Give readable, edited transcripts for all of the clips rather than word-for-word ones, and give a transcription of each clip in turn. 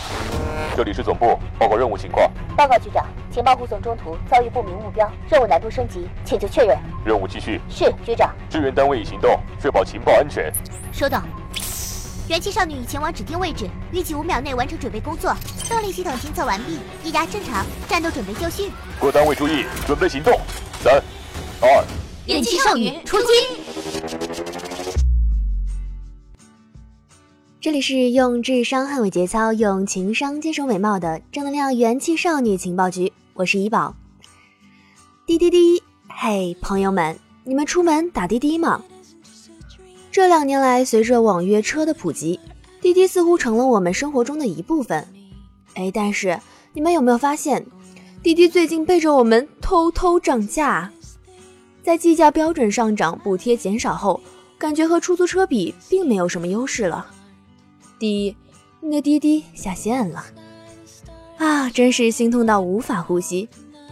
这里是总部，报告任务情况。 报告局长，情报护送中途遭遇不明目标，任务难度升级，请求确认。 任务继续。 是，局长。 支援单位已行动，确保情报安全。 收到。元气少女已前往指定位置，预计5秒内完成准备工作。动力系统检测完毕，液压正常，战斗准备就绪。 各单位注意，准备行动。3、2。 元气少女出击！这里是用智商捍卫节操，用情商坚守美貌的正能量元气少女情报局，我是怡宝。滴滴滴，嘿，朋友们，你们出门打滴滴吗？这2年来，随着网约车的普及，滴滴似乎成了我们生活中的一部分。但是你们有没有发现，滴滴最近背着我们偷偷涨价？在计价标准上涨、补贴减少后，感觉和出租车比并没有什么优势了。你的滴滴下线了啊，真是心痛到无法呼吸。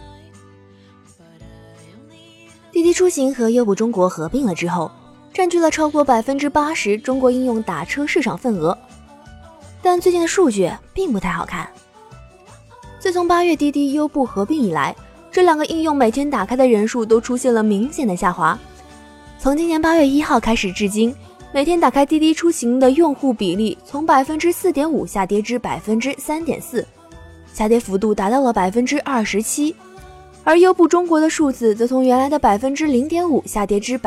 滴滴出行和优步中国合并了之后，占据了超过 80% 中国应用打车市场份额，但最近的数据并不太好看。自从8月滴滴优步合并以来，这2个应用每天打开的人数都出现了明显的下滑。从今年8月1号开始至今，每天打开滴滴出行的用户比例从 4.5% 下跌至 3.4%， 下跌幅度达到了 27%， 而优步中国的数字则从原来的 0.5% 下跌至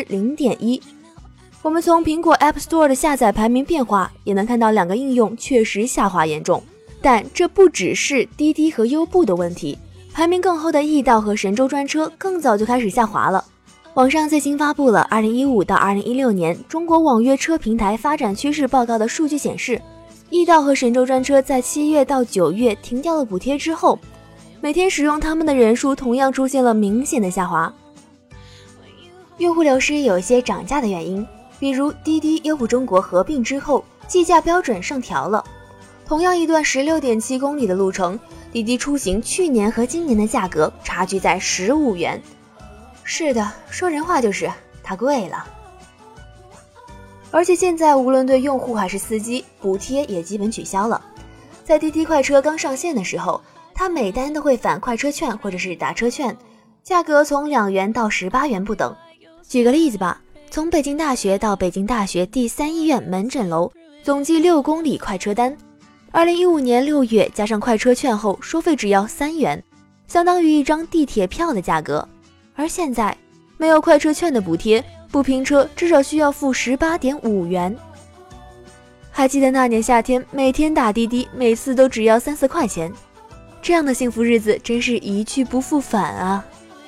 0.1%。 我们从苹果 App Store 的下载排名变化也能看到2个应用确实下滑严重。但这不只是滴滴和优步的问题，排名更后的易到和神州专车更早就开始下滑了。网上最新发布了2015到2016年中国网约车平台发展趋势报告的数据显示，易到和神州专车在7月到9月停掉了补贴之后，每天使用他们的人数同样出现了明显的下滑。用户流失有些涨价的原因，比如滴滴优步中国合并之后，计价标准上调了。同样一段 16.7 公里的路程，滴滴出行去年和今年的价格差距在15元。是的，说人话就是它贵了。而且现在无论对用户还是司机，补贴也基本取消了。在滴滴快车刚上线的时候，它每单都会返快车券或者是打车券，价格从2元到18元不等。举个例子吧，从北京大学到北京大学第3医院门诊楼，总计6公里快车单，2015年6月加上快车券后，收费只要3元，相当于一张地铁票的价格。而现在没有快车券的补贴，不拼车至少需要付 18.5 元。还记得那年夏天，每天打滴滴，每次都只要3-4块钱，这样的幸福日子真是一去不复返啊。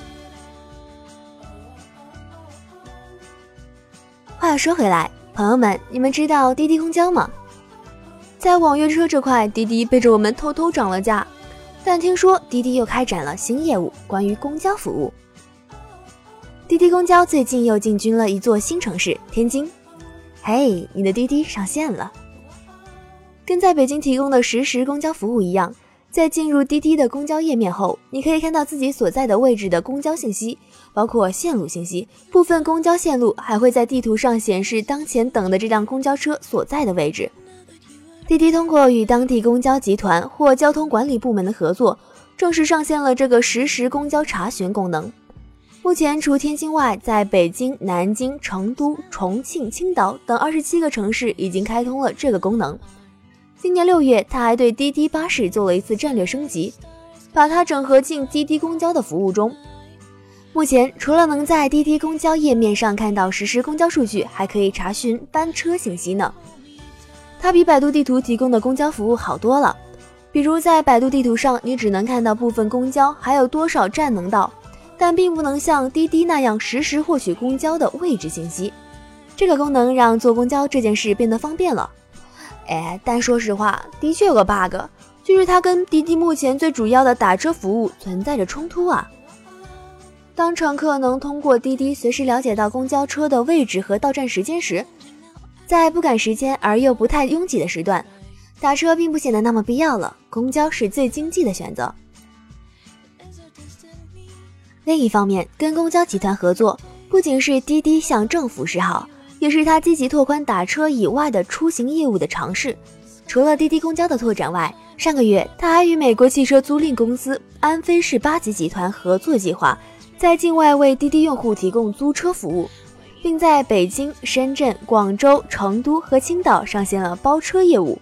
话又说回来，朋友们，你们知道滴滴公交吗？在网约车这块，滴滴背着我们偷偷涨了价，但听说滴滴又开展了新业务，关于公交服务。滴滴公交最近又进军了一座新城市天津。嘿，你的滴滴上线了。跟在北京提供的实时公交服务一样，在进入滴滴的公交页面后，你可以看到自己所在的位置的公交信息，包括线路信息，部分公交线路还会在地图上显示当前等的这辆公交车所在的位置。滴滴通过与当地公交集团或交通管理部门的合作，正式上线了这个实时公交查询功能。目前除天津外，在北京、南京、成都、重庆、青岛等27个城市已经开通了这个功能。今年6月，它还对滴滴巴士做了一次战略升级，把它整合进滴滴公交的服务中。目前除了能在滴滴公交页面上看到实时公交数据，还可以查询班车信息呢。它比百度地图提供的公交服务好多了，比如在百度地图上，你只能看到部分公交还有多少站能到，但并不能像滴滴那样实时获取公交的位置信息。这个功能让坐公交这件事变得方便了。但说实话，的确有个 bug， 就是它跟滴滴目前最主要的打车服务存在着冲突啊。当乘客能通过滴滴随时了解到公交车的位置和到站时间时，在不赶时间而又不太拥挤的时段，打车并不显得那么必要了，公交是最经济的选择。另一方面，跟公交集团合作，不仅是滴滴向政府示好，也是他积极拓宽打车以外的出行业务的尝试。 除了滴滴公交的拓展外，上个月他还与美国汽车租赁公司安飞士8级集团合作计划，在境外为滴滴用户提供租车服务，并在北京、深圳、广州、成都和青岛上线了包车业务。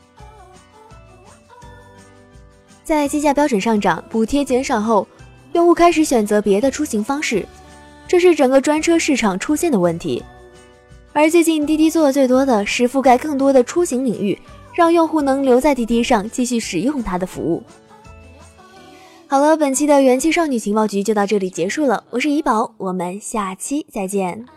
在机价标准上涨、补贴减少后，用户开始选择别的出行方式，这是整个专车市场出现的问题。而最近滴滴做的最多的是覆盖更多的出行领域，让用户能留在滴滴上继续使用它的服务。好了，本期的元气少女情报局就到这里结束了，我是怡宝，我们下期再见。